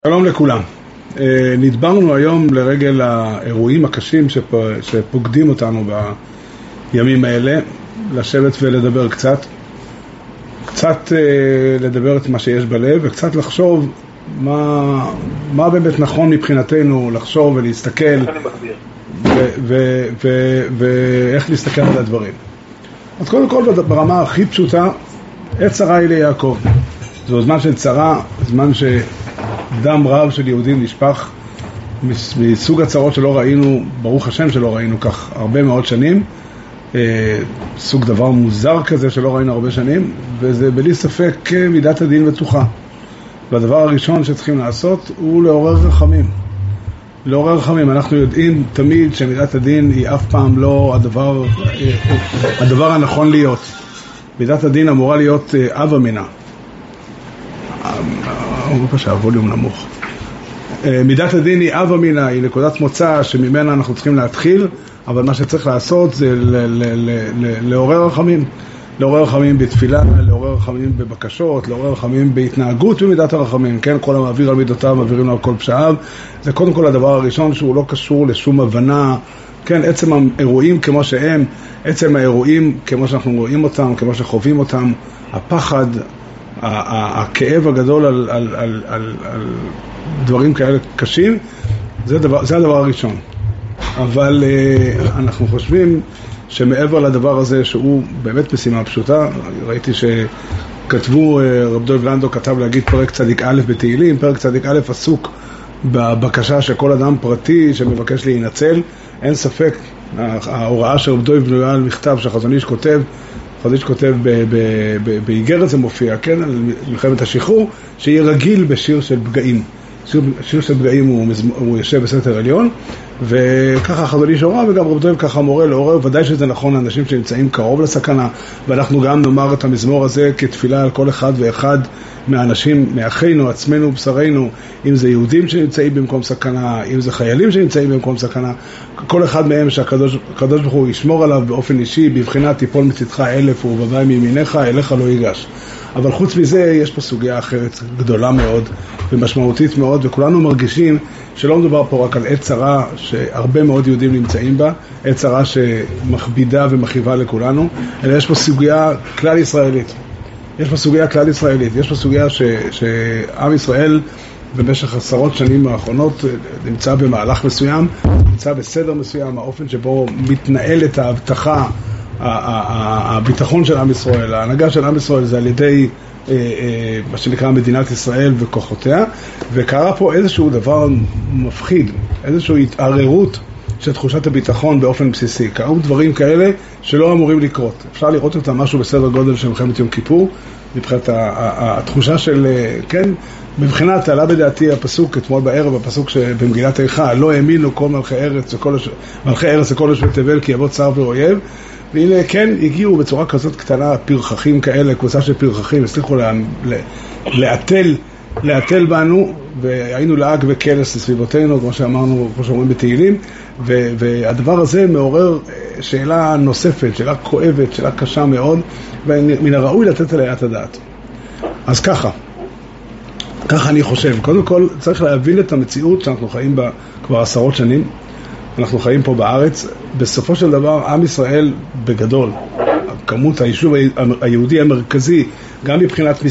שלום לכולם. נדברנו היום לרגל האירועים הקשים שפוקדים אותנו בימים האלה, לשבת ולדבר קצת לדבר את מה שיש בלב, וקצת לחשוב מה באמת נכון מבחינתנו לחשוב ולהסתכל ואיך להסתכל על הדברים. אז קודם כל ברמה הכי פשוטה, עת צרה היא ליעקב. זהו זמן של צרה, זמן שדם רב של יהודים נשפך מסוג הצרות שלא ראינו, ברוך השם שלא ראינו כך הרבה מאוד שנים, סוג דבר מוזר כזה שלא ראינו הרבה שנים, וזה בלי ספק מידת הדין בטוחה. והדבר הראשון שצריכים לעשות הוא לעורר רחמים. לעורר רחמים. אנחנו יודעים תמיד שמידת הדין היא אף פעם לא הדבר הנכון להיות. מידת הדין אמורה להיות אב אמינה. הווליום נמוך. מידת הדין היא אב אמינה, היא נקודת מוצא שממנה אנחנו צריכים להתחיל, אבל מה שצריך לעשות זה לעורר רחמים. לעורר רחמים בתפילה, לעורר רחמים בבקשות, לעורר רחמים בהתנהגות במידת הרחמים. כן, כל המעביר על מידותיו, מעבירים לו על כל פשעיו. זה קודם כל הדבר הראשון שהוא לא קשור לשום הבנה. כן, עצם האירועים כמו שהם, עצם האירועים כמו שאנחנו רואים אותם, כמו שחווים אותם, הפחד, הכאב הגדול על דברים כאלה קשים, זה הדבר הראשון. אבל אנחנו חושבים שמעבר לדבר הזה שהוא באמת משימה פשוטה, ראיתי שכתבו, רב דב לנדו כתב להגיד פרק צדיק א' בתהילים, פרק צדיק א' עסוק בבקשה שכל אדם פרטי שמבקש להינצל. אין ספק, ההוראה של רב דב בנויה על מכתב שהחזון איש כותב, החזון איש כותב באיגרת זה מופיע, כן, על מלחמת השחרור, שיהיה רגיל בשיר של פגעים. שיר של פגעים הוא יושב בסתר עליון, וככה החזון איש הוראה, וגם רב דב ככה מורה לעורר, ודאי שזה נכון לאנשים שנמצאים קרוב לסכנה, ואנחנו גם נאמר את המזמור הזה כתפילה על כל אחד ואחד מהאנשים, מאחינו, עצמנו, בשרנו, אם זה יהודים שנמצאים במקום סכנה, אם זה חיילים שנמצאים במקום סכנה, כל אחד מהם שהקדוש ברוך הוא ישמור עליו באופן אישי, בבחינת תיפול מצדך 1000 ובבא מימינך, אליך לא ייגש. אבל חוץ מזה יש פה סוגיה אחרת גדולה מאוד ומשמעותית מאוד, וכולנו מרגישים שלא מדובר פה רק על עת צרה שהרבה מאוד יהודים נמצאים בה, עת צרה שמכבידה ומכאיבה לכולנו, אלא יש פה סוגיה כלל ישראלית. יש פה סוגיה כלל ישראלית, יש פה סוגיה שעם ישראל במשך עשרות שנים האחרונות נמצא במהלך מסוים, נמצא בסדר מסוים, האופן שבו מתנהלת ההבטחה, הביטחון של עם ישראל, ההנהגה של עם ישראל זה על ידי מה שנקרא מדינת ישראל וכוחותיה, וקרה פה איזשהו דבר מפחיד, איזושהי התערערות של תחושת הביטחון באופן בסיסי. קרו דברים כאלה שלא אמורים לקרות. אפשר לראות אותם משהו בסדר גודל של מלחמת יום כיפור, מבחינת התחושה של, כן, מבחינת עלה בדעתי הפסוק אתמול בערב, הפסוק שבמגילת איכה, לא האמינו כל מלכי ארץ וכל יושבי תבל כי יבוא צר ואויב, והנה כן הגיעו בצורה כזאת קטנה פרחחים כאלה, קבוצה של פרחחים, הצליחו להתל בנו, והיינו לעג וקלס לסביבותינו, כמו שאמרנו, כמו שאומרים בתהילים, והדבר הזה מעורר שאלה נוספת, שאלה כואבת, שאלה קשה מאוד, ומן הראוי לתת עליה את הדעת. אז ככה אני חושב, קודם כל צריך להבין את המציאות שאנחנו חיים בה כבר עשרות שנים, אנחנו חיים פה בארץ. בסופו של דבר עם ישראל בגדול, כמות היישוב היהודי המרכזי, גם מבחינת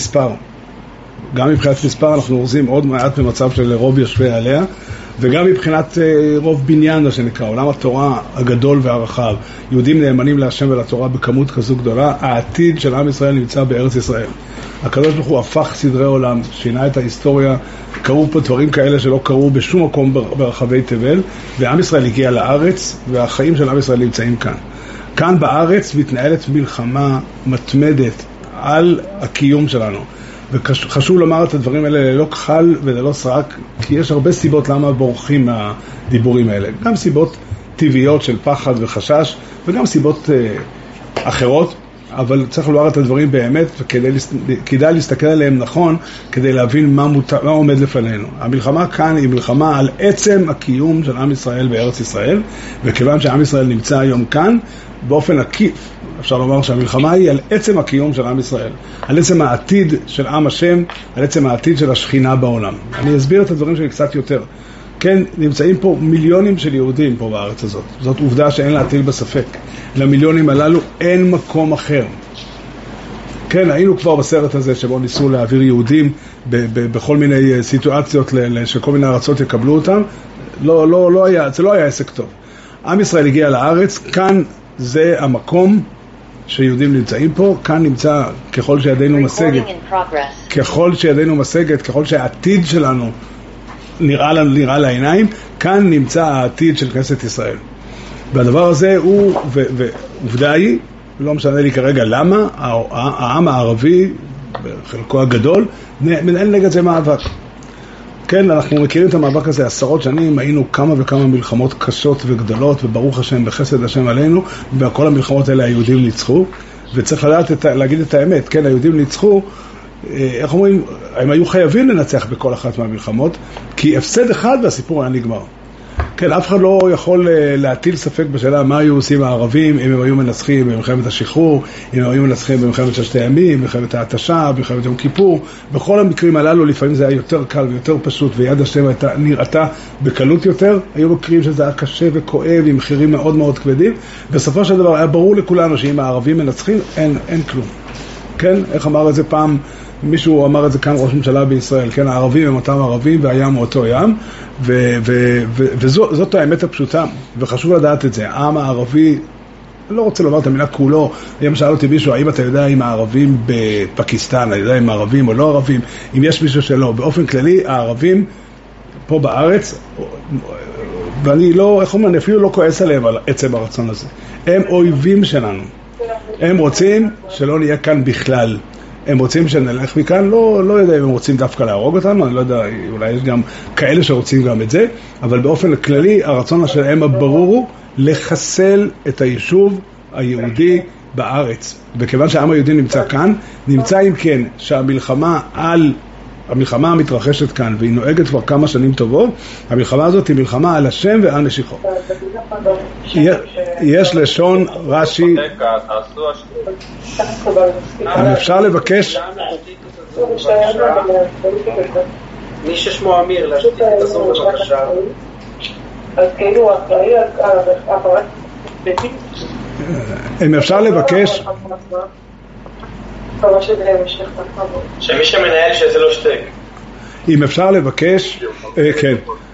מספר אנחנו אורזים עוד מעט במצב של רוב יושבי עליה, וגם מבחינת רוב בניין, מה שנקרא, עולם התורה הגדול והרחב, יהודים נאמנים להשם ולתורה בכמות כזו גדולה, העתיד של עם ישראל נמצא בארץ ישראל. הקדוש ברוך הוא הפך סדרי עולם, שינה את ההיסטוריה, קרו פה דברים כאלה שלא קרו בשום מקום ברחבי תבל, ועם ישראל הגיע לארץ, והחיים של עם ישראל נמצאים כאן. כאן בארץ מתנהלת מלחמה מתמדת על הקיום שלנו. וחשוב לומר את הדברים האלה ללא כחל וללא סרק, כי יש הרבה סיבות למה בורחים מהדיבורים האלה. גם סיבות טבעיות של פחד וחשש, וגם סיבות אחרות, אבל צריך לומר את הדברים באמת, וכדאי להסתכל עליהם נכון, כדי להבין מה עומד לפנינו. המלחמה כאן היא מלחמה על עצם הקיום של עם ישראל בארץ ישראל, וכיוון שעם ישראל נמצא היום כאן, באופן עקיף, אפשר לומר שהמלחמה היא על עצם הקיום של עם ישראל, על עצם העתיד של עם השם, על עצם העתיד של השכינה בעולם. אני אסביר את הדברים שלי קצת יותר. כן, נמצאים פה מיליונים של יהודים פה בארץ הזאת. זאת עובדה שאין להטיל בספק. למיליונים הללו אין מקום אחר. כן, היינו כבר בסרט הזה שבו ניסו להעביר יהודים בכל מיני סיטואציות שכל מיני ארצות יקבלו אותם. זה לא היה עסק טוב. עם ישראל הגיע לארץ, כאן זה המקום שיהודים נמצאים פה, כאן נמצא ככל שידינו משגת, ככל שהעתיד שלנו נראה לעיניים, כאן נמצא העתיד של כנסת ישראל. והדבר הזה הוא, ועובדה היא, לא משנה לי כרגע למה, העם הערבי, בחלקו הגדול, מנהל נגד זה מאבק. כן, אנחנו מכירים את המאבק הזה עשרות שנים, היינו כמה וכמה מלחמות קשות וגדולות, וברוך השם, בחסד השם עלינו, ובכל המלחמות האלה היהודים ניצחו, וצריך להגיד את האמת, כן, היהודים ניצחו, איך אומרים, הם היו חייבים לנצח בכל אחת מהמלחמות, כי הפסד אחד והסיפור היה נגמר. כן, אף אחד לא יכול להטיל ספק בשאלה מה היו עושים הערבים, אם הם היו מנצחים במלחמת השחרור, אם הם היו מנצחים במלחמת ששת הימים, במלחמת ההתשה, במלחמת יום כיפור. בכל המקרים הללו לפעמים זה היה יותר קל ויותר פשוט, ויד השם נראתה בקלות יותר. היו מקרים שזה היה קשה וכואב, עם מחירים מאוד מאוד כבדים. בסופו של דבר היה ברור לכולנו שאם הערבים מנצחים, אין כלום. כן, איך אמר את זה פעם? מישהו אמר את זה כאן ראש ממשלה בישראל, כן, הערבים הם אותם ערבים והים הוא אותו ים, וזאת האמת הפשוטה, וחשוב לדעת את זה. העם הערבי, אני לא רוצה לומר את המילה כולו, היום שאל אותי מישהו, האם אתה יודע אם הערבים בפקיסטן, אני יודע אם הערבים או לא ערבים, אם יש מישהו שלא, באופן כללי, הערבים פה בארץ, ואני לא, איך אומרים, אני אפילו לא כועס עליהם על עצם הרצון הזה, הם אויבים שלנו, הם רוצים שלא נהיה כאן בכלל, הם רוצים שנלך מכאן, לא יודע אם הם רוצים דווקא להרוג אותנו, אני לא יודע, אולי יש גם כאלה שרוצים גם את זה, אבל באופן כללי הרצון שלהם הברור הוא לחסל את היישוב היהודי בארץ. וכיוון שהעם היהודי נמצא כאן, נמצא אם כן שהמלחמה המתרחשת כאן, והיא נוהגת כבר כמה שנים טובות, המלחמה הזאת היא מלחמה על השם ועל משיחו. יש לשון רש"י, אפשר לבקש, מי ששמו אמיר, להשתיק את הסור בבקשה. אז כאילו אחראי על הפרט ספציפית. אם אפשר לבקש, שמי שמנהל שזה לא שתק. אם אפשר לבקש, כן,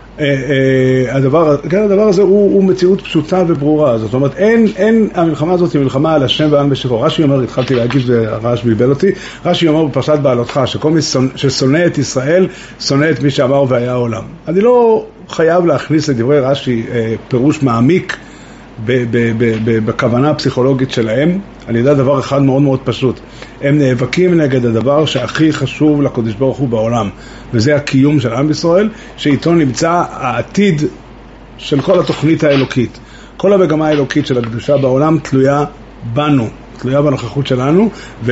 הדבר הזה הוא מציאות פשוטה וברורה. זאת אומרת, המלחמה הזאת היא מלחמה על השם ועל משיחו. רש"י אומר, התחלתי להגיד והרעש ביבל אותי, רש"י אומר בפרשת בעלותך, שכל מי ששונא את ישראל, שונא את מי שאמר והיה העולם. אני לא חייב להכניס לדברי רש"י פירוש מעמיק בכוונה הפסיכולוגית שלהם. אני יודע דבר אחד מאוד מאוד פשוט, הם נאבקים נגד הדבר שהכי חשוב לקדוש ברוך הוא בעולם, וזה הקיום של עם ישראל, שאיתו נמצא העתיד של כל התוכנית האלוקית. כל המגמה האלוקית של הקדושה בעולם תלויה בנו, תלויה בנוכחות שלנו,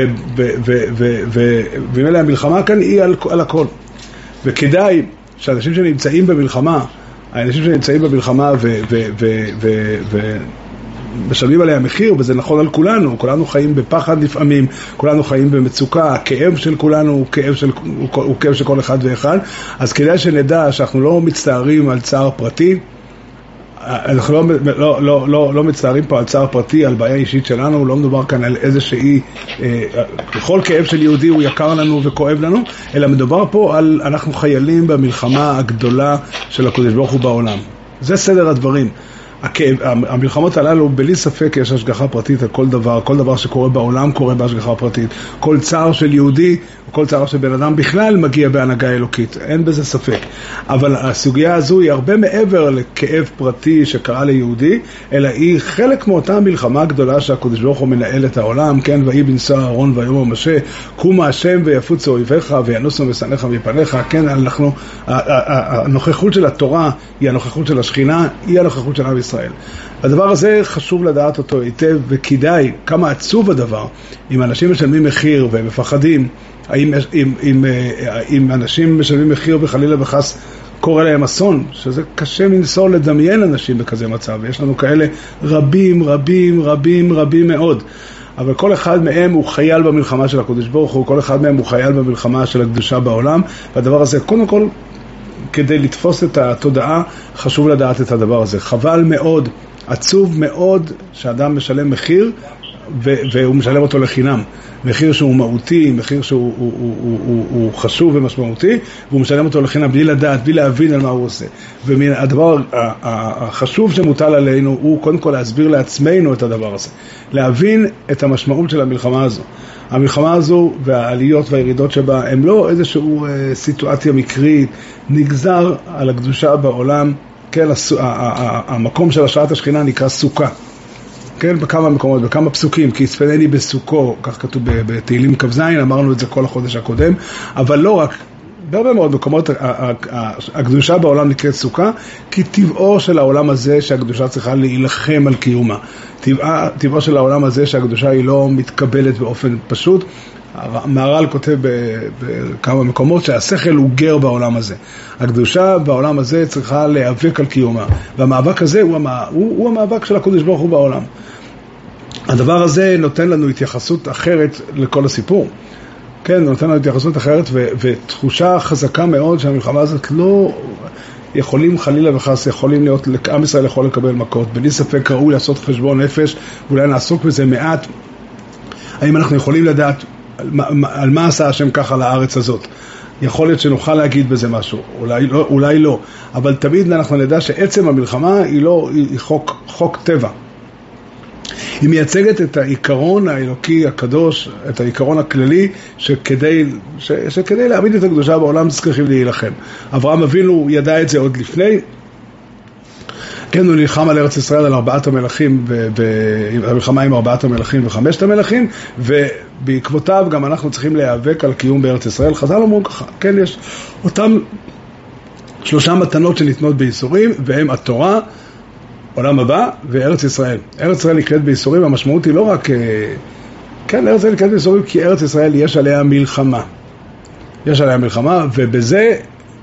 ומילא המלחמה כאן היא על הכל. וכדאי שאנשים שנמצאים במלחמה, האנשים שנמצאים במלחמה משלמים עליה מחיר, וזה נכון על כולנו, כולנו חיים בפחד לפעמים, כולנו חיים במצוקה, הכאב של כולנו הוא כאב של כל אחד ואחד, אז כדאי שנדע שאנחנו לא מצטערים על צער פרטי, אנחנו לא מצטערים פה על צער פרטי, על בעיה אישית שלנו, לא מדובר כאן על איזושהי, כל כאב של יהודי הוא יקר לנו וכואב לנו, אלא מדובר פה על אנחנו חיילים במלחמה הגדולה של הקדוש ברוך הוא בעולם. זה סדר הדברים. המלחמות הללו בלי ספק יש השגחה פרטית על כל דבר, כל דבר שקורה בעולם קורה בהשגחה פרטית, כל צער של יהודי כל צער של בן אדם בכלל מגיע בהנהגה אלוקית, אין בזה ספק. אבל הסוגיה הזו היא הרבה מעבר לכאב פרטי שקרה ליהודי, אלא היא חלק מאותה מלחמה גדולה שהקדוש ברוך הוא מנהל את העולם, כן, ויהי בנשא אהרון ויאמר משה, קומה השם ויפוצו אויביך וינוסו משנאיך מפניך, כן, הנוכחות של התורה היא הנוכחות של השכינה, היא הנוכחות של עם ישראל. הדבר הזה חשוב לדעת אותו היטב, וכדאי, כמה עצוב הדבר, אם אנשים משלמים מחיר והם מפחדים, אם אנשים משלמים מחיר וחלילה וחס קורה להם אסון, שזה קשה מנסור לדמיין אנשים בכזה מצב, ויש לנו כאלה רבים מאוד. אבל כל אחד מהם הוא חייל במלחמה של הקדוש ברוך הוא, כל אחד מהם הוא חייל במלחמה של הקדושה בעולם, והדבר הזה, קודם כל, כדי לתפוס את התודעה, חשוב לדעת את הדבר הזה. חבל מאוד, עצוב מאוד, שאדם משלם מחיר, והוא משלם אותו לחינם. מחיר שהוא מהותי, מחיר שהוא חשוב ומשמעותי, והוא משלם אותו לחינם בלי לדעת, בלי להבין על מה הוא עושה. והדבר החשוב שמוטל עלינו הוא קודם כל להסביר לעצמנו את הדבר הזה. להבין את המשמעות של המלחמה הזו. המלחמה הזו והעליות והירידות שבה הם לא איזושהי סיטואציה מקרית, נגזר על הקדושה בעולם. כן, המקום של השראת השכינה נקרא סוכה. כן, בכמה מקומות, בכמה פסוקים, כי יצפנני בסוכו, כך כתוב בתהילים כ"ז, אמרנו את זה כל החודש הקודם, אבל לא רק, בהרבה מאוד מקומות הקדושה בעולם נקראת סוכה, כי טבעו של העולם הזה שהקדושה צריכה להילחם על קיומה. טבעו של העולם הזה שהקדושה היא לא מתקבלת באופן פשוט. מהר"ל כותב בכמה מקומות שהשכל הוא גר בעולם הזה. הקדושה בעולם הזה צריכה להיאבק על קיומה, והמאבק הזה הוא המאבק של הקדוש ברוך הוא בעולם. הדבר הזה נותן לנו התייחסות אחרת לכל הסיפור. כן, נותן לנו התייחסות אחרת ותחושה חזקה מאוד שהמלחמה הזאת לא יכולים חלילה וחס, יכולים להיות, עם ישראל יכול לקבל מכות. בלי ספק ראוי לעשות חשבון נפש, ואולי נעסוק בזה מעט. האם אנחנו יכולים לדעת על מה עשה השם ככה לארץ הזאת? יכול להיות שנוכל להגיד בזה משהו, אולי לא, אבל תמיד אנחנו נדע שעצם המלחמה היא חוק טבע. היא מייצגת את העיקרון האלוקי הקדוש, את העיקרון הכללי שכדי להעמיד את הקדושה בעולם צריכים להילחם. אברהם אבינו ידע את זה עוד לפני. כן, הוא נלחם על ארץ ישראל על 4 המלכים, המלחמה עם 4 המלכים ו5 המלכים, ובעקבותיו גם אנחנו צריכים להיאבק על קיום בארץ ישראל. חז"ל אמרו ככה, כן, יש אותם 3 מתנות שניתנות בייסורים, והם התורה, עולם הבא וארץ ישראל. ארץ ישראל נקראת בייסורים, המשמעות היא לא רק, כן, ארץ ישראל נקראת בייסורים כי ארץ ישראל יש עליה מלחמה. יש עליה מלחמה, ובזה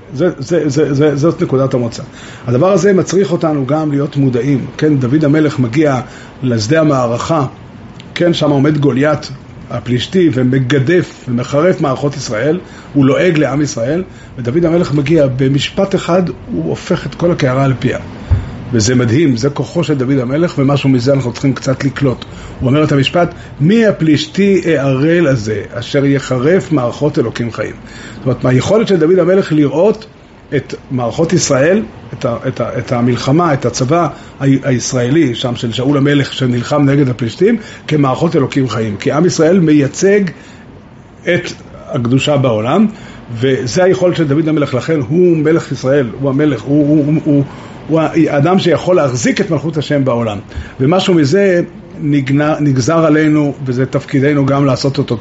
זאת נקודת המוצא. הדבר הזה מצריך אותנו גם להיות מודעים. כן, דוד המלך מגיע לשדה המערכה, כן, שם עומד גוליית הפלישתי ומגדף ומחרף מערכות ישראל, הוא לועג לעם ישראל, ודוד המלך מגיע במשפט אחד, הוא הופך את כל הקערה על פיה. וזה מדהים, זה כוחו של דוד המלך, ומשהו מזה אנחנו צריכים קצת לקלוט. הוא אומר את המשפט, מי הפלישתי הערל הזה, אשר יחרף מערכות אלוקים חיים. זאת אומרת, מהיכולת של דוד המלך לראות את מערכות ישראל, את המלחמה, את הצבא הישראלי, שם של שאול המלך שנלחם נגד הפלישתים, כמערכות אלוקים חיים. כי עם ישראל מייצג את הקדושה בעולם, וזה היכולת של דוד המלך, לכן הוא מלך ישראל, הוא המלך, הוא האדם שיכול להחזיק את מלכות השם בעולם. ומשהו מזה נגזר עלינו, וזה תפקידנו גם לעשות אותו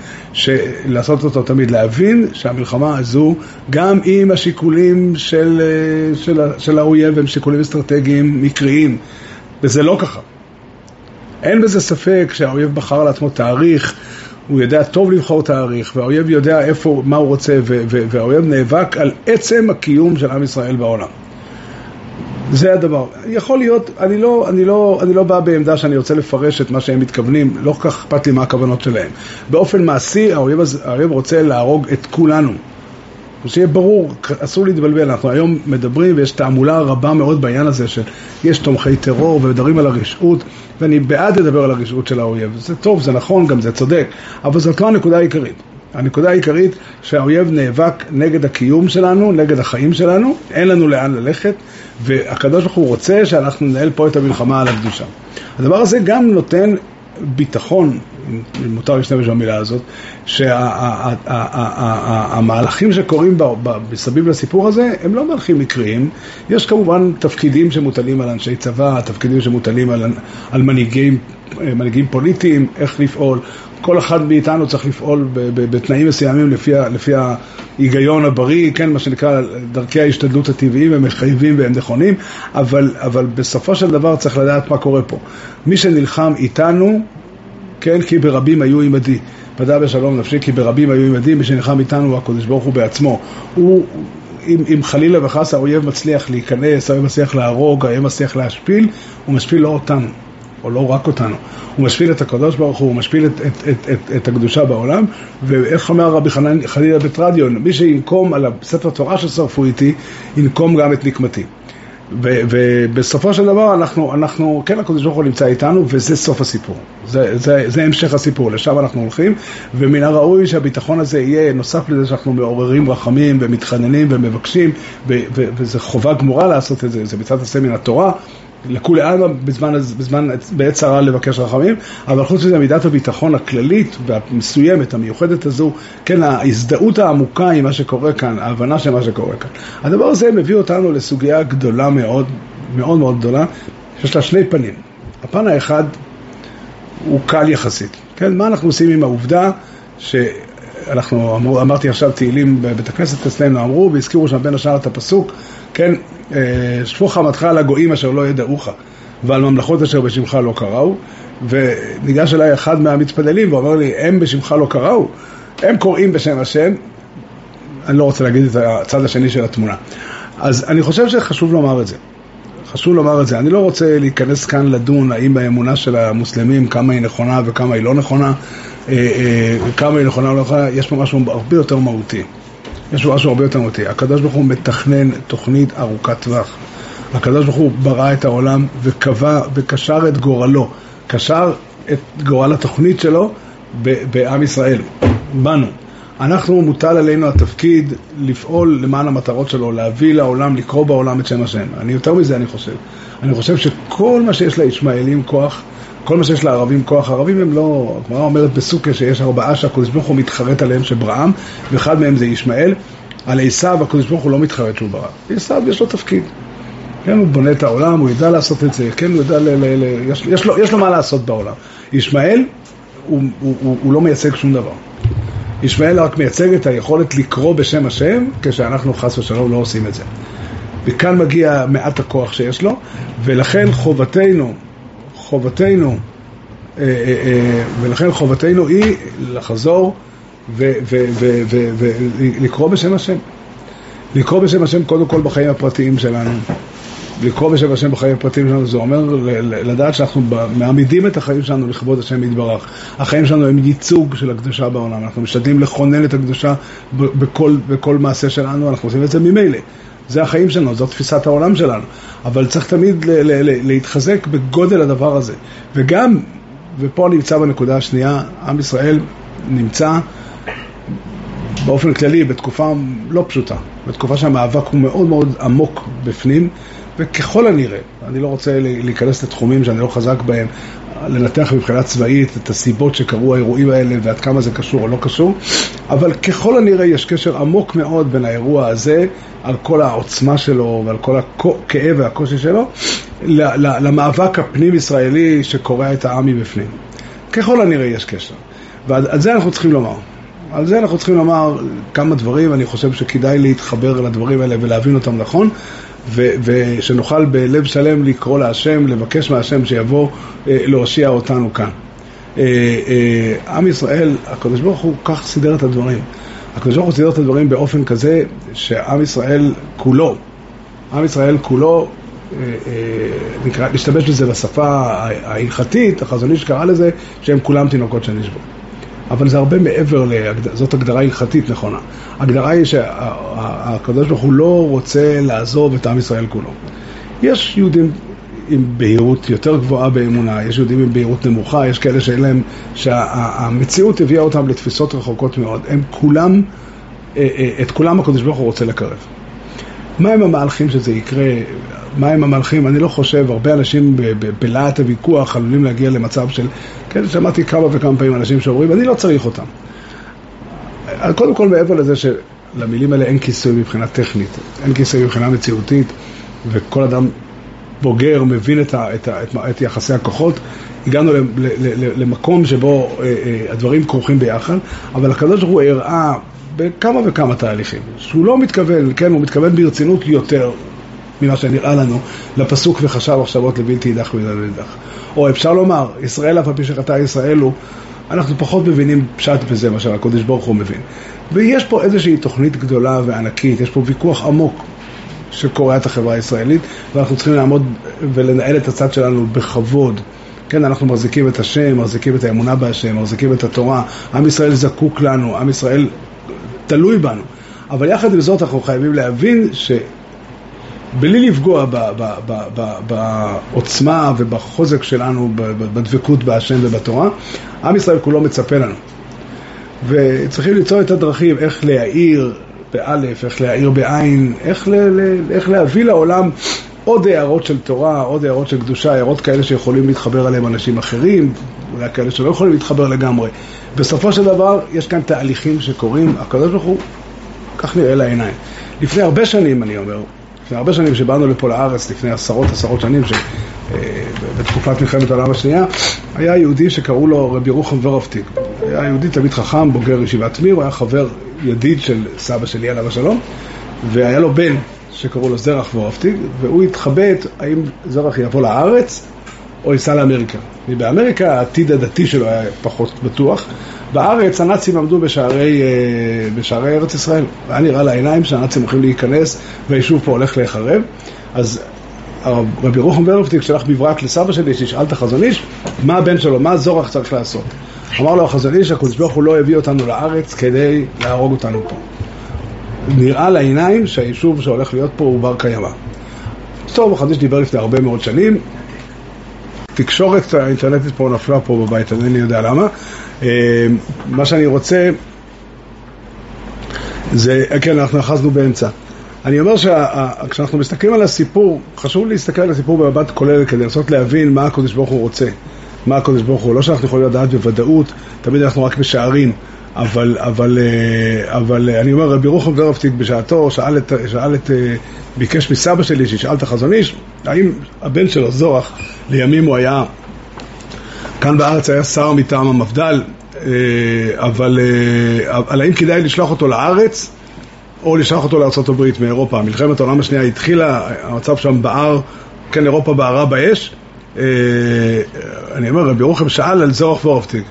תמיד, להבין שהמלחמה הזו, גם עם השיקולים של האויב, הם שיקולים אסטרטגיים מקריים, וזה לא ככה. אין בזה ספק שהאויב בחר לעצמו תאריך, הוא יודע טוב לבחור תאריך, והאויב יודע מה הוא רוצה, והאויב נאבק על עצם הקיום של עם ישראל בעולם. זה הדבר. יכול להיות, אני לא בא בעמדה שאני רוצה לפרש את מה שהם מתכוונים, לא כל כך אכפת לי מה הכוונות שלהם. באופן מעשי, האויב רוצה להרוג את כולנו. שיהיה ברור, אסור להתבלבל, אנחנו היום מדברים ויש תעמולה רבה מאוד בעניין הזה שיש תומכי טרור ומדברים על הרשעות, ואני בעד לדבר על הרשעות של האויב. זה טוב, זה נכון, גם זה צודק, אבל זאת לא הנקודה העיקרית. הנקודה העיקרית שהאויב נאבק נגד הקיום שלנו, נגד החיים שלנו, אין לנו לאן ללכת, והקדוש ברוך הוא רוצה שאנחנו ננהל פה את המלחמה על הקדושה. הדבר הזה גם נותן ביטחון, מותר להשתמש במילה הזאת, שהמהלכים שקורים בסביב לסיפור הזה, הם לא מהלכים מקריים. יש כמובן תפקידים שמוטלים על אנשי צבא, תפקידים שמוטלים על מנהיגים פוליטיים, איך לפעול. כל אחד מאיתנו צריך לפעול בתנאים מסוימים לפי ההיגיון הבריא, כן, מה שנקרא דרכי ההשתדלות הטבעיים, הם מחייבים והם נכונים, אבל בסופו של דבר צריך לדעת מה קורה פה. מי שנלחם איתנו, כן, כי ברבים היו עמדי, ודע בשלום נפשי, כי ברבים היו עמדי, מי שנלחם איתנו הוא הקדוש ברוך הוא בעצמו. אם חלילה וחס האויב מצליח להיכנס, האויב מצליח להרוג, האויב מצליח להשפיל, הוא משפיל לא אותנו. או לא רק אותנו, הוא משפיל את הקדוש ברוך הוא משפיל את הקדושה בעולם, ואיך אומר רבי חנינא בטרדיון, מי שינקום על הספר תורה ששרפו איתי, ינקום גם את נקמתי. ובסופו של דבר אנחנו כן, הקדוש ברוך הוא נמצא איתנו, וזה סוף הסיפור, זה המשך הסיפור, לשם אנחנו הולכים, ומן הראוי שהביטחון הזה יהיה נוסף לזה שאנחנו מעוררים רחמים ומתחננים ומבקשים, וזה חובה גמורה לעשות את זה, זה מצד עשה מן התורה, לכולי עלמא בעת צרה לבקש רחמים, אבל חוץ מזה מידת הביטחון הכללית והמסוימת, המיוחדת הזו, כן, ההזדהות העמוקה עם מה שקורה כאן, ההבנה של מה שקורה כאן. הדבר הזה מביא אותנו לסוגיה גדולה מאוד, מאוד מאוד גדולה, שיש לה שני פנים. הפן האחד הוא קל יחסית. כן, מה אנחנו עושים עם העובדה שאנחנו, אמרתי עכשיו תהילים בבית הכנסת אצלנו, אמרו והזכירו שם בין השאר את הפסוק, כן, שפוך חמתך על הגויים אשר לא ידעוך ועל ממלכות אשר בשמך לא קראו. וניגש אליי אחד מהמתפללים ואומר לי, הם בשמך לא קראו, הם קוראים בשם השם. אני לא רוצה להגיד את הצד השני של התמונה, אז אני חושב שחשוב לומר את זה, חשוב לומר את זה. אני לא רוצה להיכנס כאן לדון האם באמונה של המוסלמים כמה היא נכונה וכמה היא לא נכונה, כמה היא נכונה או לא נכונה. יש פה משהו הרבה יותר מהותי, יש פה משהו הרבה יותר מהותי. הקדוש ברוך הוא מתכנן תוכנית ארוכת טווח. הקדוש ברוך הוא ברא את העולם וקבע וקשר את גורלו, קשר את גורל התוכנית שלו בעם ישראל, בנו. אנחנו, מוטל עלינו התפקיד לפעול למען המטרות שלו, להביא לעולם, לקרוא בעולם את שם השם. אני יותר מזה אני חושב שכל מה שיש לישמעאלים כוח, כל מה שיש לערבים כוח, הערבים הם לא, הגמרא אומרת בסוכה שיש 4 שהקדוש ברוך הוא מתחרט עליהם שבראם, ואחד מהם זה ישמעאל. על עשיו הקדוש ברוך הוא לא מתחרט שהוא ברא. עשיו יש לו תפקיד, כן, הוא בונה את העולם, הוא ידע לעשות את זה, כן, הוא ידע יש לו מה לעשות בעולם. ישמעאל הוא לא מייצג שום דבר. ישמעאל רק מייצג את היכולת לקרוא בשם השם, כשאנחנו חס ושלום לא עושים את זה. וכאן מגיע מעט הכוח שיש לו, ולכן חובתנו היא לחזור ולקרוא בשם השם. לקרוא בשם השם קודם כל בחיים הפרטיים שלנו. לקרוא בשם השם בחיים הפרטיים שלנו, זה אומר לדעת שאנחנו מעמידים את החיים שלנו לכבוד השם יתברך. החיים שלנו הם ייצוג של הקדושה בעולם. אנחנו משתדלים לכונן את הקדושה בכל מעשה שלנו, אנחנו עושים את זה ממילא. זה החיים שלנו, זאת תפיסת העולם שלנו. אבל צריך תמיד להתחזק בגודל הדבר הזה. וגם, ופה נמצא בנקודה השנייה, עם ישראל נמצא באופן כללי בתקופה לא פשוטה. בתקופה שהמאבק הוא מאוד מאוד עמוק בפנים, וככל הנראה, אני לא רוצה להיכנס לתחומים שאני לא חזק בהם, לנתח מבחינה צבאית את הסיבות שקרו האירועים האלה ועד כמה זה קשור או לא קשור, אבל ככל הנראה יש קשר עמוק מאוד בין האירוע הזה, על כל העוצמה שלו ועל כל הכאב והקושי שלו, למאבק הפנים ישראלי שקורע את העם מבפנים. ככל הנראה יש קשר. ועל זה אנחנו צריכים לומר. על זה אנחנו צריכים לומר כמה דברים. אני חושב שכדאי להתחבר לדברים האלה ולהבין אותם נכון, ושנוכל בלב שלם לקרוא להשם, לבקש מהשם שיבוא להושיע אותנו כאן. עם ישראל, הקדוש ברוך הוא כך סידר את הדברים. הקדוש ברוך הוא סידר את הדברים באופן כזה שעם ישראל כולו, נשתמש בזה בשפה ההלכתית, החזוני שקרא לזה, שהם כולם תינוקות שנשבו. אבל זה הרבה מעבר, זאת הגדרה הלכתית נכונה. הגדרה היא שהקדוש ברוך הוא לא רוצה לעזוב את עם ישראל כולו. יש יהודים עם בהירות יותר גבוהה באמונה, יש יהודים עם בהירות נמוכה, יש כאלה שאין להם, שהמציאות הביאה אותם לתפיסות רחוקות מאוד. הם כולם, את כולם הקדוש ברוך הוא רוצה לקרב. מה הם המהלכים שזה יקרה? מה הם המהלכים? אני לא חושב, הרבה אנשים בלהט הוויכוח עלולים להגיע למצב של, כן, שמעתי כמה וכמה פעמים אנשים שאומרים, אני לא צריך אותם. קודם כל מעבר לזה שלמילים האלה אין כיסוי מבחינה טכנית, אין כיסוי מבחינה מציאותית, וכל אדם בוגר מבין את יחסי הכוחות, הגענו למקום שבו הדברים כרוכים ביחד, אבל הקדוש ברוך הוא הראה בכמה וכמה תהליכים, שהוא לא מתכוון, כן, הוא מתכוון ברצינות יותר ממה שנראה לנו, לפסוק וחשב מחשבות לבלתי יידח ולילדך. או אפשר לומר, ישראל אף על פי שחטא ישראל הוא, אנחנו פחות מבינים פשט בזה מה שהקדוש ברוך הוא מבין. ויש פה איזושהי תוכנית גדולה וענקית, יש פה ויכוח עמוק שקורא את החברה הישראלית, ואנחנו צריכים לעמוד ולנהל את הצד שלנו בכבוד כן, אנחנו מחזיקים את השם, מחזיקים את האמונה בהשם, מחזיקים את התורה, עם ישראל זקוק לנו, עם ישראל תלוי בנו. אבל יחד עם זאת אנחנו חייבים להבין שבלי לפגוע בעוצמה ובחוזק שלנו, בדבקות בהשם ובתורה, עם ישראל כולו מצפה לנו. וצריכים ליצור את הדרכים, איך להעיר באלף, איך להעיר בעין, איך להביא לעולם עוד הערות של תורה, עוד הערות של קדושה, הערות כאלה שיכולים להתחבר עליהם אנשים אחרים, אולי כאלה שלא יכולים להתחבר לגמרי. בסופו של דבר יש כאן תהליכים שקורים, הקדוש ברוך הוא כך נראה לעיניים. לפני הרבה שנים, אני אומר, לפני הרבה שנים שבאנו לפה לארץ, לפני עשרות שנים, בתקופת מלחמת העולם השנייה, היה יהודי שקראו לו רבי ירוחם ורהפטיג. היה יהודי תלמיד חכם, בוגר ישיבת מיר, הוא היה חבר ידיד של סבא שלי עליו השלום, והיה לו בן שקראו לו זרח ורהפטיג, והוא התחבט האם זרח יבוא לארץ או ייסע לאמריקה. באמריקה העתיד הדתי שלו היה פחות בטוח, בארץ הנאצים עמדו בשערי ארץ ישראל, והיה נראה לעיניים שהנאצים הולכים להיכנס והיישוב פה הולך להיחרב. אז רבי ירוחם ורהפטיג שלח מברק לסבא שלי שישאל את החזון איש מה הבן שלו, מה זורח צריך לעשות. אמר לו החזון איש, הקדוש ברוך הוא לא הביא אותנו לארץ כדי להרוג אותנו פה. נראה לעיניים שהיישוב שהולך להיות פה הוא בר קיימא. טוב, החזון איש דיבר לפני הרבה מאוד שנים, תקשורת האינטרנטית פה נפלה פה בבית, אני יודע למה. מה שאני רוצה זה, כן, אנחנו אחזנו באמצע. אני אומר שכשאנחנו מסתכלים על הסיפור, חשוב להסתכל על הסיפור במבט כולל כדי לנסות להבין מה הקדוש ברוך הוא רוצה, מה הקדוש ברוך הוא. לא שאנחנו יכולים לדעת בוודאות, תמיד אנחנו רק משערים, אבל אני אומר, רבי ירוחם ורהפטיג בשעתו ביקש מסבא שלי שישאל את החזון איש, האם הבן שלו זורח, לימים הוא היה, כאן בארץ היה שר מטעם המפד"ל, אבל האם כדאי לשלוח אותו לארץ, או לשלוח אותו לארצות הברית מאירופה. מלחמת העולם השנייה התחילה, המצב שם בער, כן, אירופה בערה באש. אני אומר, רבי ירוחם שאל על זרח ורהפטיג.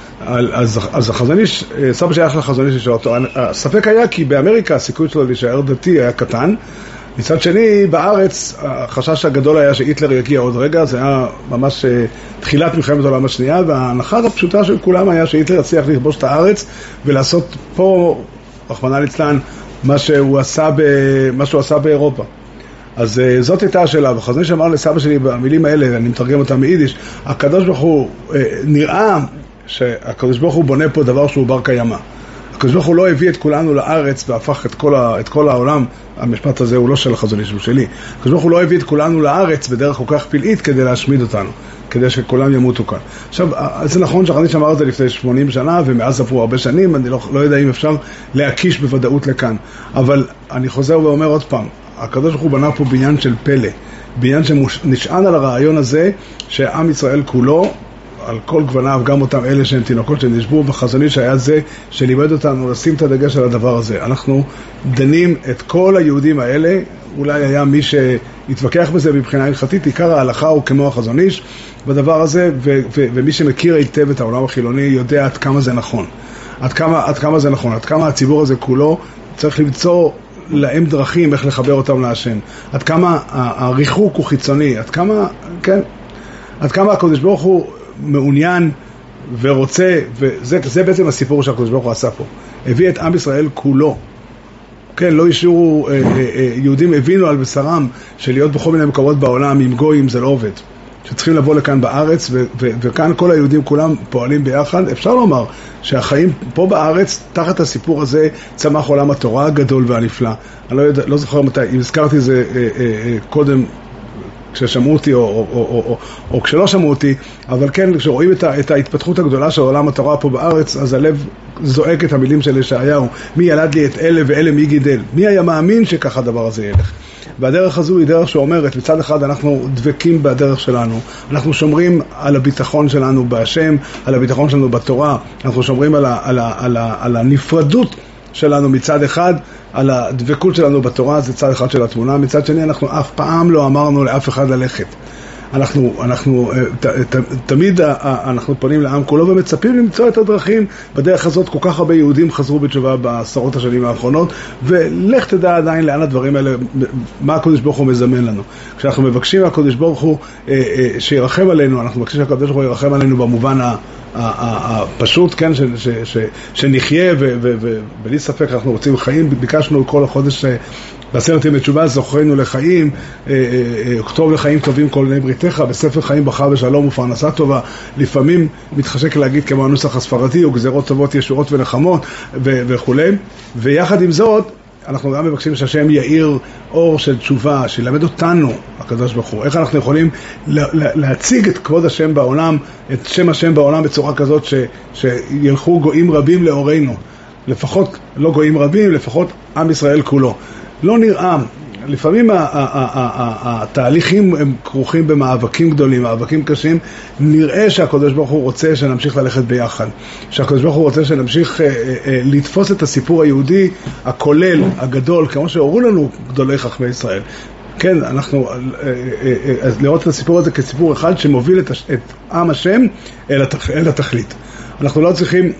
אז החזון איש, סבא שייך לחזון איש לשאול אותו. הספק היה כי באמריקה הסיכוי שלו להישאר דתי היה קטן. מצד שני, בארץ החשש הגדול היה שהיטלר יגיע עוד רגע, זה היה ממש תחילת מלחמת העולם השנייה, וההנחה הפשוטה של כולם היה שהיטלר יצליח לכבוש את הארץ ולעשות פה, רחמנא ליצלן, מה שהוא עשה באירופה. אז זאת הייתה השאלה, וחזון איש אמר לסבא שלי במילים האלה, אני מתרגם אותם מיידיש, הקדוש ברוך הוא, נראה שהקדוש ברוך הוא בונה פה דבר שהוא בר קיימא. הקדוש ברוך הוא לא הביא את כולנו לארץ והפך את כל העולם, המשפט הזה הוא לא של החזון איש, הוא שלי. הקדוש ברוך הוא לא הביא את כולנו לארץ בדרך כל כך פלאית כדי להשמיד אותנו, כדי שכולם ימותו כאן. עכשיו, זה נכון שהחזון איש אמר את זה לפני 80 שנה, ומאז עברו הרבה שנים, אני לא יודע אם אפשר להקיש בוודאות לכאן. אבל אני חוזר ואומר עוד פעם, הקדוש ברוך הוא בנה פה בניין של פלא, בניין שנשען על הרעיון הזה שעם ישראל כולו, על כל גווניו, גם אותם אלה שהם תינוקות שנשבו, בחזון איש היה זה שלימד אותנו לשים את הדגש על הדבר הזה. אנחנו דנים את כל היהודים האלה, אולי היה מי שהתווכח בזה מבחינה הלכתית, עיקר ההלכה הוא כמו החזון איש בדבר הזה, ומי שמכיר היטב את העולם החילוני יודע עד כמה זה נכון. עד כמה זה נכון, עד כמה הציבור הזה כולו צריך למצוא להם דרכים איך לחבר אותם להשם. עד כמה הריחוק הוא חיצוני, עד כמה הקדוש ברוך הוא מעוניין ורוצה, וזה בעצם הסיפור שהקדוש ברוך הוא עשה פה. הביא את עם ישראל כולו. כן, לא השאירו, יהודים הבינו על בשרם שלהיות בכל מיני מקומות בעולם עם גויים זה לא עובד. שצריכים לבוא לכאן בארץ, וכאן כל היהודים כולם פועלים ביחד. אפשר לומר שהחיים פה בארץ, תחת הסיפור הזה, צמח עולם התורה הגדול והנפלא. אני לא זוכר מתי, אם הזכרתי זה קודם, כששמעו אותי או כשלא שמעו אותי, אבל כן, כשרואים את ההתפתחות הגדולה של עולם התורה פה בארץ, אז הלב זועק את המילים של ישעיהו, מי ילד לי את אלה ואלה מי גידל? מי היה מאמין שככה הדבר הזה ילך? והדרך הזו היא דרך שאומרת, מצד אחד אנחנו דבקים בדרך שלנו, אנחנו שומרים על הביטחון שלנו בהשם, על הביטחון שלנו בתורה, אנחנו שומרים על הנפרדות שלנו מצד אחד, על הדבקות שלנו בתורה, זה צד אחד של התמונה. מצד שני, אנחנו אף פעם לא אמרנו לאף אחד ללכת. תמיד אנחנו פונים לעם כולו ומצפים למצוא את הדרכים. בדרך הזאת כל כך הרבה יהודים חזרו בתשובה בעשרות השנים האחרונות, ולך תדע עדיין לאן הדברים האלה, מה הקדוש ברוך הוא מזמן לנו. כשאנחנו מבקשים מהקדוש ברוך הוא שירחם עלינו, אנחנו מבקשים שהקדוש ברוך הוא ירחם עלינו במובן הפשוט, כן, שנחיה, ובלי ספק אנחנו רוצים חיים. ביקשנו כל החודש בעשרת ימי תשובה, זוכרנו לחיים, כתוב לחיים טובים כל בני בריתך, בספר חיים בחר בשלום ופרנסה טובה. לפעמים מתחשק להגיד כמו הנוסח הספרדי, וגזירות טובות ישועות ונחמות וכו'. ויחד עם זאת אנחנו גם מבקשים שהשם יאיר אור של תשובה, שילמד אותנו הקדוש ברוך הוא, איך אנחנו יכולים להציג את כבוד השם בעולם, את שם השם בעולם בצורה כזאת שילכו גויים רבים לאורנו, לפחות לא גויים רבים, לפחות עם ישראל כולו. לא נראה, לפעמים התהליכים הם כרוכים במאבקים גדולים, מאבקים קשים. נראה שהקדוש ברוך הוא רוצה שנמשיך ללכת ביחד, שהקדוש ברוך הוא רוצה שנמשיך לתפוס את הסיפור היהודי הכולל, הגדול, כמו שהורו לנו גדולי חכמי ישראל. כן, אנחנו לראות את הסיפור הזה כסיפור אחד שמוביל את עם השם אל התכלית. אנחנו לא צריכים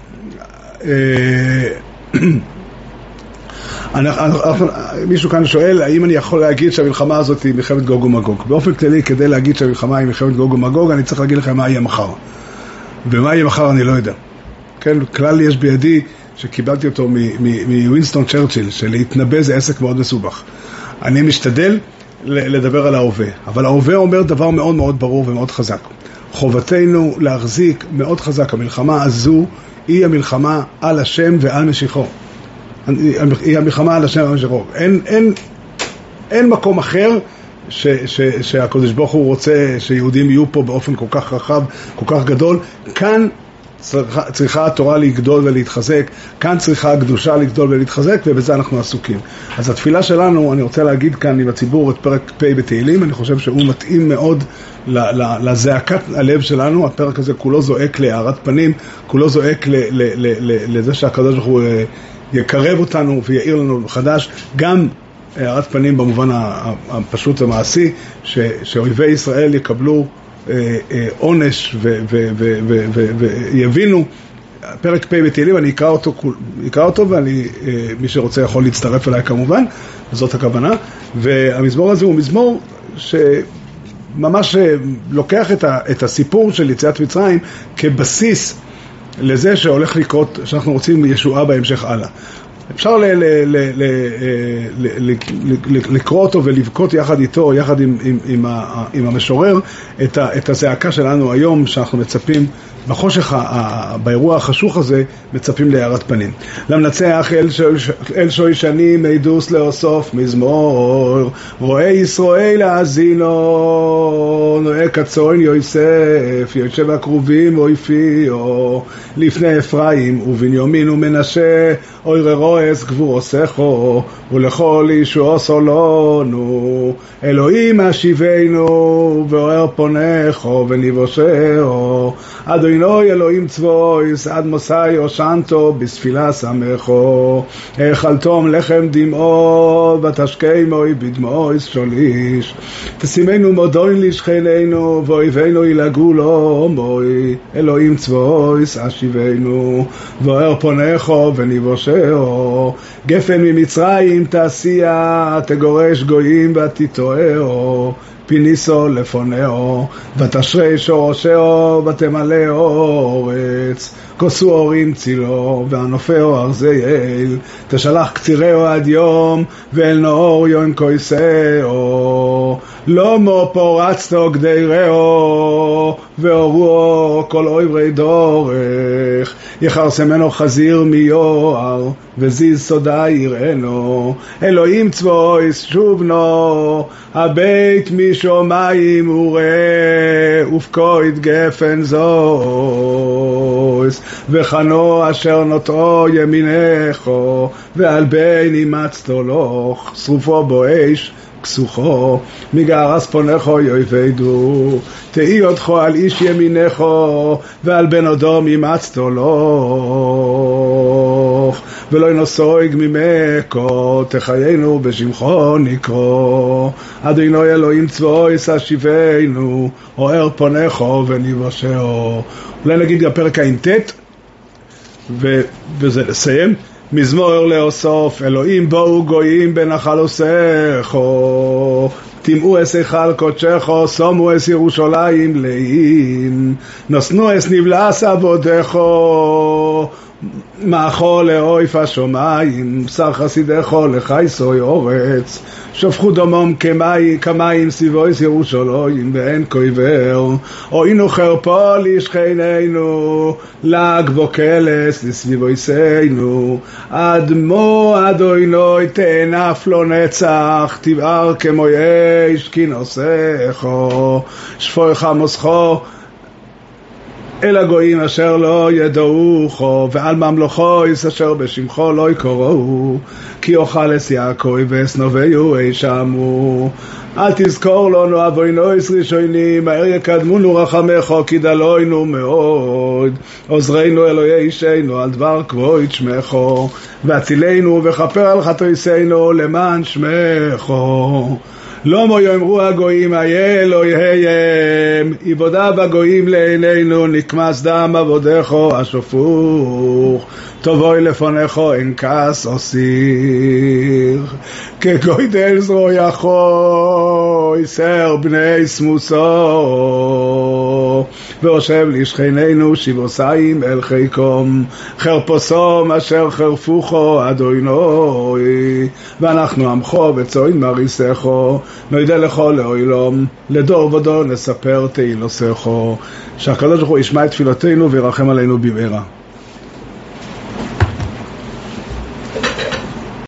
מישהו כאן שואל האם אני יכול להגיד שהמלחמה הזאת היא מלחמת גוג ומגוג. באופן כללי, כדי להגיד שהמלחמה היא מלחמת גוג ומגוג, אני צריך להגיד לכם מה יהיה מחר, ומה יהיה מחר אני לא יודע. כן, כלל יש בידי שקיבלתי אותו מווינסטון צ'רצ'יל, שלהתנבא זה עסק מאוד מסובך. אני משתדל לדבר על ההווה, אבל ההווה אומר דבר מאוד מאוד ברור ומאוד חזק. חובתנו להחזיק מאוד חזק. המלחמה הזו היא המלחמה על השם ועל משיחו. היא המלחמה על השם ועל משיחו. אין מקום אחר שהקדוש ברוך הוא רוצה שיהודים יהיו פה באופן כל כך רחב, כל כך גדול. כאן צריכה התורה לגדול ולהתחזק, כאן צריכה הקדושה לגדול ולהתחזק, ובזה אנחנו עסוקים. אז התפילה שלנו, אני רוצה להגיד כאן עם הציבור את פרק פ' בתהילים, אני חושב שהוא מתאים מאוד לזעקת הלב שלנו. הפרק הזה כולו זועק להארת פנים, כולו זועק לזה שהקדוש ברוך הוא יקרב אותנו ויעיר לנו חדש, גם הארת פנים במובן הפשוט המעשי, שאויבי ישראל יקבלו עונש ויבינו. פרק פ' בתהילים, אני אקרא אותו, ואני, מי שרוצה יכול להצטרף אליי כמובן, זאת הכוונה. והמזמור הזה הוא מזמור שממש לוקח את הסיפור של יציאת מצרים כבסיס לזה שהולך לקרות, שאנחנו רוצים ישועה בהמשך הלאה. אפשר לקרוא אותו ולבכות יחד איתו, יחד עם המשורר, את הזעקה שלנו היום, שאנחנו מצפים בחושך, באירוע החשוך הזה, מצפים להארת פנים. למנצח אל שוישנים מידוס לאוסוף מזמור, רואה ישראל להאזינו, נועה קצון יוסף, יושב הקרובים אויפיו, לפני אפרים ובנימין ומנשה, אוי רועס גבורוסךו, ולכל ישוע סולונו, אלוהים השיבנו, ואוהר פונךו ונבושהו, אדוני אלוהים צבויס, עד מוסאי הושענתו, בספילה שמחו, אכלתום לחם דמעו, ותשקי מוי בדמעו שוליש, תשימנו מודוין לשכננו, ואויבינו ילגו לו מוי, אלוהים צבויס השיבנו, ואוהר פונךו ונבושהו, גפן ממצרים תעשייה, תגורש גויים ותתואהו, פיניסו לפונהו, ותשרי שורשהו, ותמלא אורץ, כוסו אורים צילו, וענופהו ארזיאל, תשלח קצירהו עד יום, ואל נאור יום כויסהו, לא מו פורצתו גדירהו, ואורהו כל אויברי דורך, יחרסמנו חזיר מיוער, וזיז סודה יראנו, אלוהים צבויס שובנו, הבית משומיים וראה, ופקוית גפן זויס, וחנו אשר נוטרו ימינךו, ועל בין אימצתו לוך, שרופו בו אש כסוכו, מגערס פונךו יויבדו, תהי אותך על איש ימינךו, ועל בן אדום אימצתו לוך, ולא נסויג ממקו, תחיינו בשמחו נקרוא. אדוני אלוהים צבאויס השיבנו, אוהר פונךו ונבשעו. אולי נגיד גם פרק ע"ט, וזה לסיים. מזמור לאוסוף, אלוהים בואו גויים בנחל עושךו, תמאו אס היכל קודשךו, שמו אס ירושלים לאים, נוסנו אס נבלס עבודךו, מאכו לאויף השומיים, בשר חסידךו לחייסוי אורץ, שפכו דומם כמים סביבויס ירושלים ואין כויבר, אוינו חרפו לשכננו, לג וקלס לסביבויסנו, אדמו אדוני תנף לו נצח, תבער כמו יש כנוסךו, שפוך מוסכו אל הגויים אשר לא ידעוכו, ועל ממלוכו אשר בשמחו לא יקראו, כי אוכל אס יעקב ואסנוביו אי שמו. אל תזכור לנו אבוינו אס ראשונים, מהר יקדמונו רחמךו, כי דלוינו מאוד. עוזרנו אלוהי אישנו על דבר כבוד שמךו, והצילנו וכפר על חטאינו למען שמךו. לא מו יאמרו הגויים היה אלוהיהם, עבודה בגויים לעינינו, נקמס דם עבודךו השופוך, תבואי לפניכו אין כעס או סיר, כגוידל זרויחו יסר בני סמוסו, ויושב לשכננו שבעוסיים אל חיקום, חרפוסום אשר חרפוכו אדוני, ואנחנו עמכו וצוין מריסךו, נוידע לכו לעולם, לדור ודור נספר תהילוסךו. שהקדוש ברוך הוא ישמע את תפילותינו וירחם עלינו במהרה.